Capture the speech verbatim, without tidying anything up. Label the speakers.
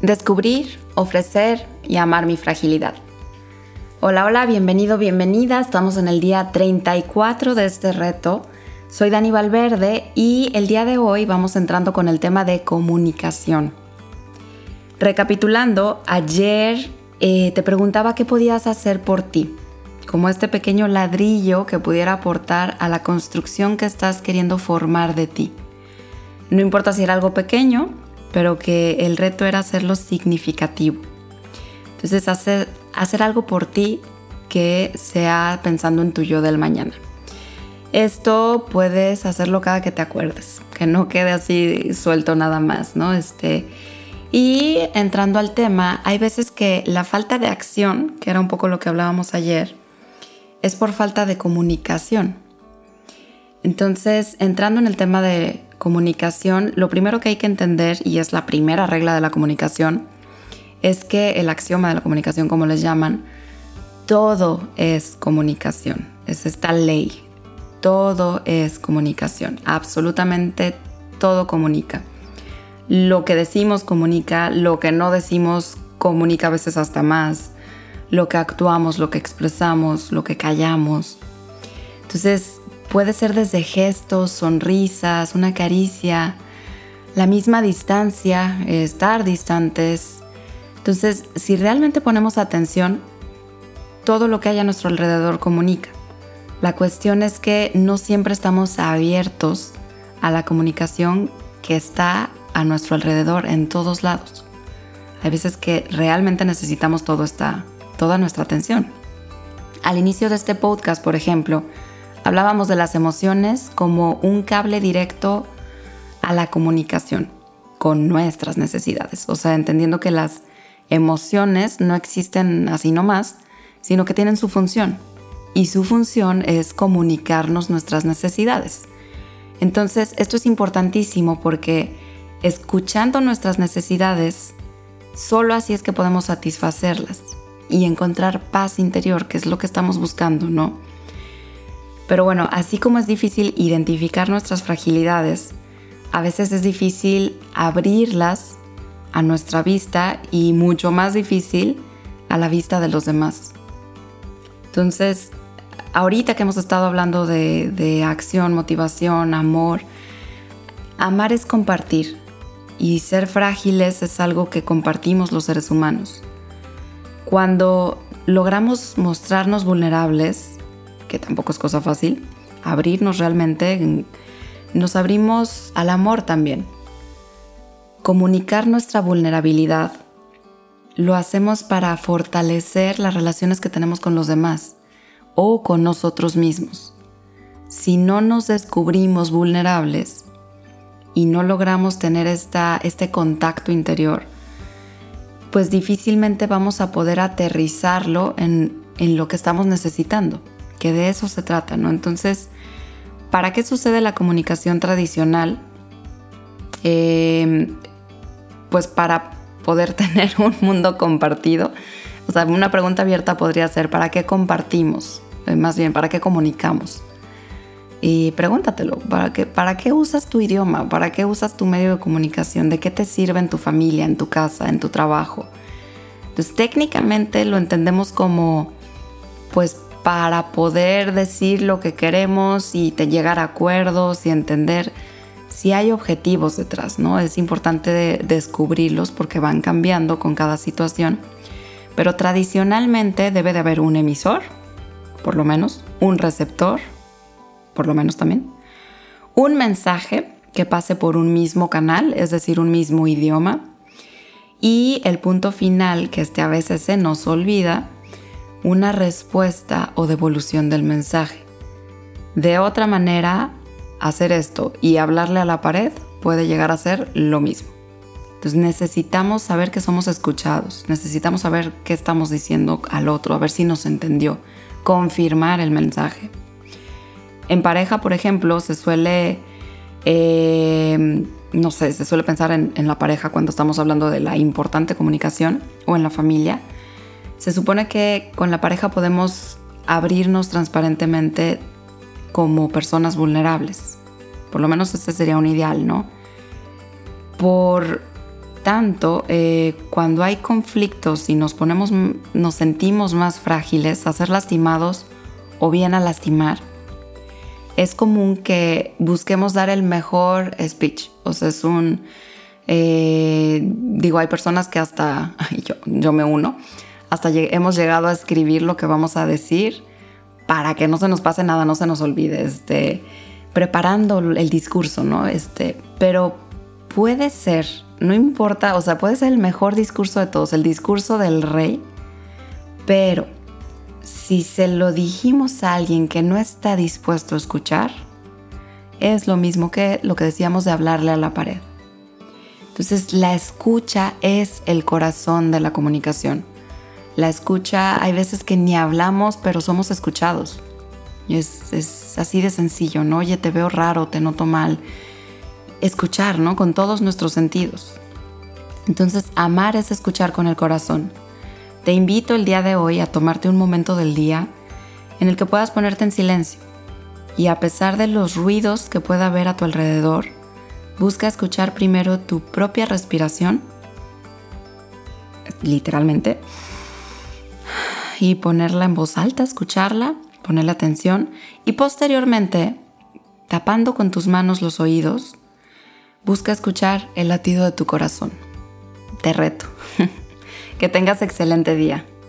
Speaker 1: Descubrir, ofrecer y amar mi fragilidad. Hola, hola, bienvenido, bienvenida. Estamos en el día treinta y cuatro de este reto. Soy Dani Valverde y el día de hoy vamos entrando con el tema de comunicación. Recapitulando, ayer eh, te preguntaba qué podías hacer por ti, como este pequeño ladrillo que pudiera aportar a la construcción que estás queriendo formar de ti. No importa si era algo pequeño, pero que el reto era hacerlo significativo. Entonces, hacer, hacer algo por ti que sea pensando en tu yo del mañana. Esto puedes hacerlo cada que te acuerdes, que no quede así suelto nada más, ¿no? Este, y entrando al tema, hay veces que la falta de acción, que era un poco lo que hablábamos ayer, es por falta de comunicación. Entonces, entrando en el tema de comunicación, lo primero que hay que entender, y es la primera regla de la comunicación, es que el axioma de la comunicación, como les llaman, todo es comunicación. Es esta ley. Todo es comunicación. Absolutamente todo comunica. Lo que decimos comunica, lo que no decimos comunica a veces hasta más. Lo que actuamos, lo que expresamos, lo que callamos. Entonces, puede ser desde gestos, sonrisas, una caricia, la misma distancia, estar distantes. Entonces, si realmente ponemos atención, todo lo que hay a nuestro alrededor comunica. La cuestión es que no siempre estamos abiertos a la comunicación que está a nuestro alrededor en todos lados. Hay veces que realmente necesitamos todo esta, toda nuestra atención. Al inicio de este podcast, por ejemplo, hablábamos de las emociones como un cable directo a la comunicación con nuestras necesidades. O sea, entendiendo que las emociones no existen así nomás, sino que tienen su función. Y su función es comunicarnos nuestras necesidades. Entonces, esto es importantísimo porque escuchando nuestras necesidades, solo así es que podemos satisfacerlas y encontrar paz interior, que es lo que estamos buscando, ¿no? Pero bueno, así como es difícil identificar nuestras fragilidades, a veces es difícil abrirlas a nuestra vista y mucho más difícil a la vista de los demás. Entonces, ahorita que hemos estado hablando de, de acción, motivación, amor, amar es compartir y ser frágiles es algo que compartimos los seres humanos. Cuando logramos mostrarnos vulnerables, que tampoco es cosa fácil, abrirnos realmente, nos abrimos al amor también. Comunicar nuestra vulnerabilidad lo hacemos para fortalecer las relaciones que tenemos con los demás o con nosotros mismos. Si no nos descubrimos vulnerables y no logramos tener esta, este contacto interior, pues difícilmente vamos a poder aterrizarlo en, en lo que estamos necesitando, que de eso se trata, ¿no? Entonces, ¿para qué sucede la comunicación tradicional? Eh, pues para poder tener un mundo compartido. O sea, una pregunta abierta podría ser, ¿para qué compartimos? Eh, más bien, ¿para qué comunicamos? Y pregúntatelo, ¿para qué, ¿para qué usas tu idioma? ¿Para qué usas tu medio de comunicación? ¿De qué te sirve en tu familia, en tu casa, en tu trabajo? Entonces, técnicamente lo entendemos como, pues, para poder decir lo que queremos y te llegar a acuerdos y entender si hay objetivos detrás, ¿no? Es importante de descubrirlos porque van cambiando con cada situación. Pero tradicionalmente debe de haber un emisor, por lo menos, un receptor, por lo menos también, un mensaje que pase por un mismo canal, es decir, un mismo idioma, y el punto final, que este a veces se nos olvida, una respuesta o devolución del mensaje. De otra manera, hacer esto y hablarle a la pared puede llegar a ser lo mismo. Entonces necesitamos saber que somos escuchados, necesitamos saber qué estamos diciendo al otro, a ver si nos entendió, confirmar el mensaje. En pareja, por ejemplo, se suele, eh, no sé, se suele pensar en, en la pareja cuando estamos hablando de la importante comunicación o en la familia. Se supone que con la pareja podemos abrirnos transparentemente como personas vulnerables. Por lo menos este sería un ideal, ¿no? Por tanto, eh, cuando hay conflictos y nos ponemos, nos sentimos más frágiles a ser lastimados o bien a lastimar, es común que busquemos dar el mejor speech. O sea, es un... Eh, digo, hay personas que hasta... Yo, yo me uno. Hasta lleg- hemos llegado a escribir lo que vamos a decir para que no se nos pase nada, no se nos olvide. Este, preparando el discurso, ¿no? Este, pero puede ser, no importa, o sea, puede ser el mejor discurso de todos, el discurso del rey, pero si se lo dijimos a alguien que no está dispuesto a escuchar, es lo mismo que lo que decíamos de hablarle a la pared. Entonces, la escucha es el corazón de la comunicación. La escucha, hay veces que ni hablamos, pero somos escuchados. Es, es así de sencillo, ¿no? Oye, te veo raro, te noto mal. Escuchar, ¿no? Con todos nuestros sentidos. Entonces, amar es escuchar con el corazón. Te invito el día de hoy a tomarte un momento del día en el que puedas ponerte en silencio y, a pesar de los ruidos que pueda haber a tu alrededor, busca escuchar primero tu propia respiración, literalmente, y ponerla en voz alta, escucharla, ponerle atención y posteriormente, tapando con tus manos los oídos, busca escuchar el latido de tu corazón. Te reto. Que tengas excelente día.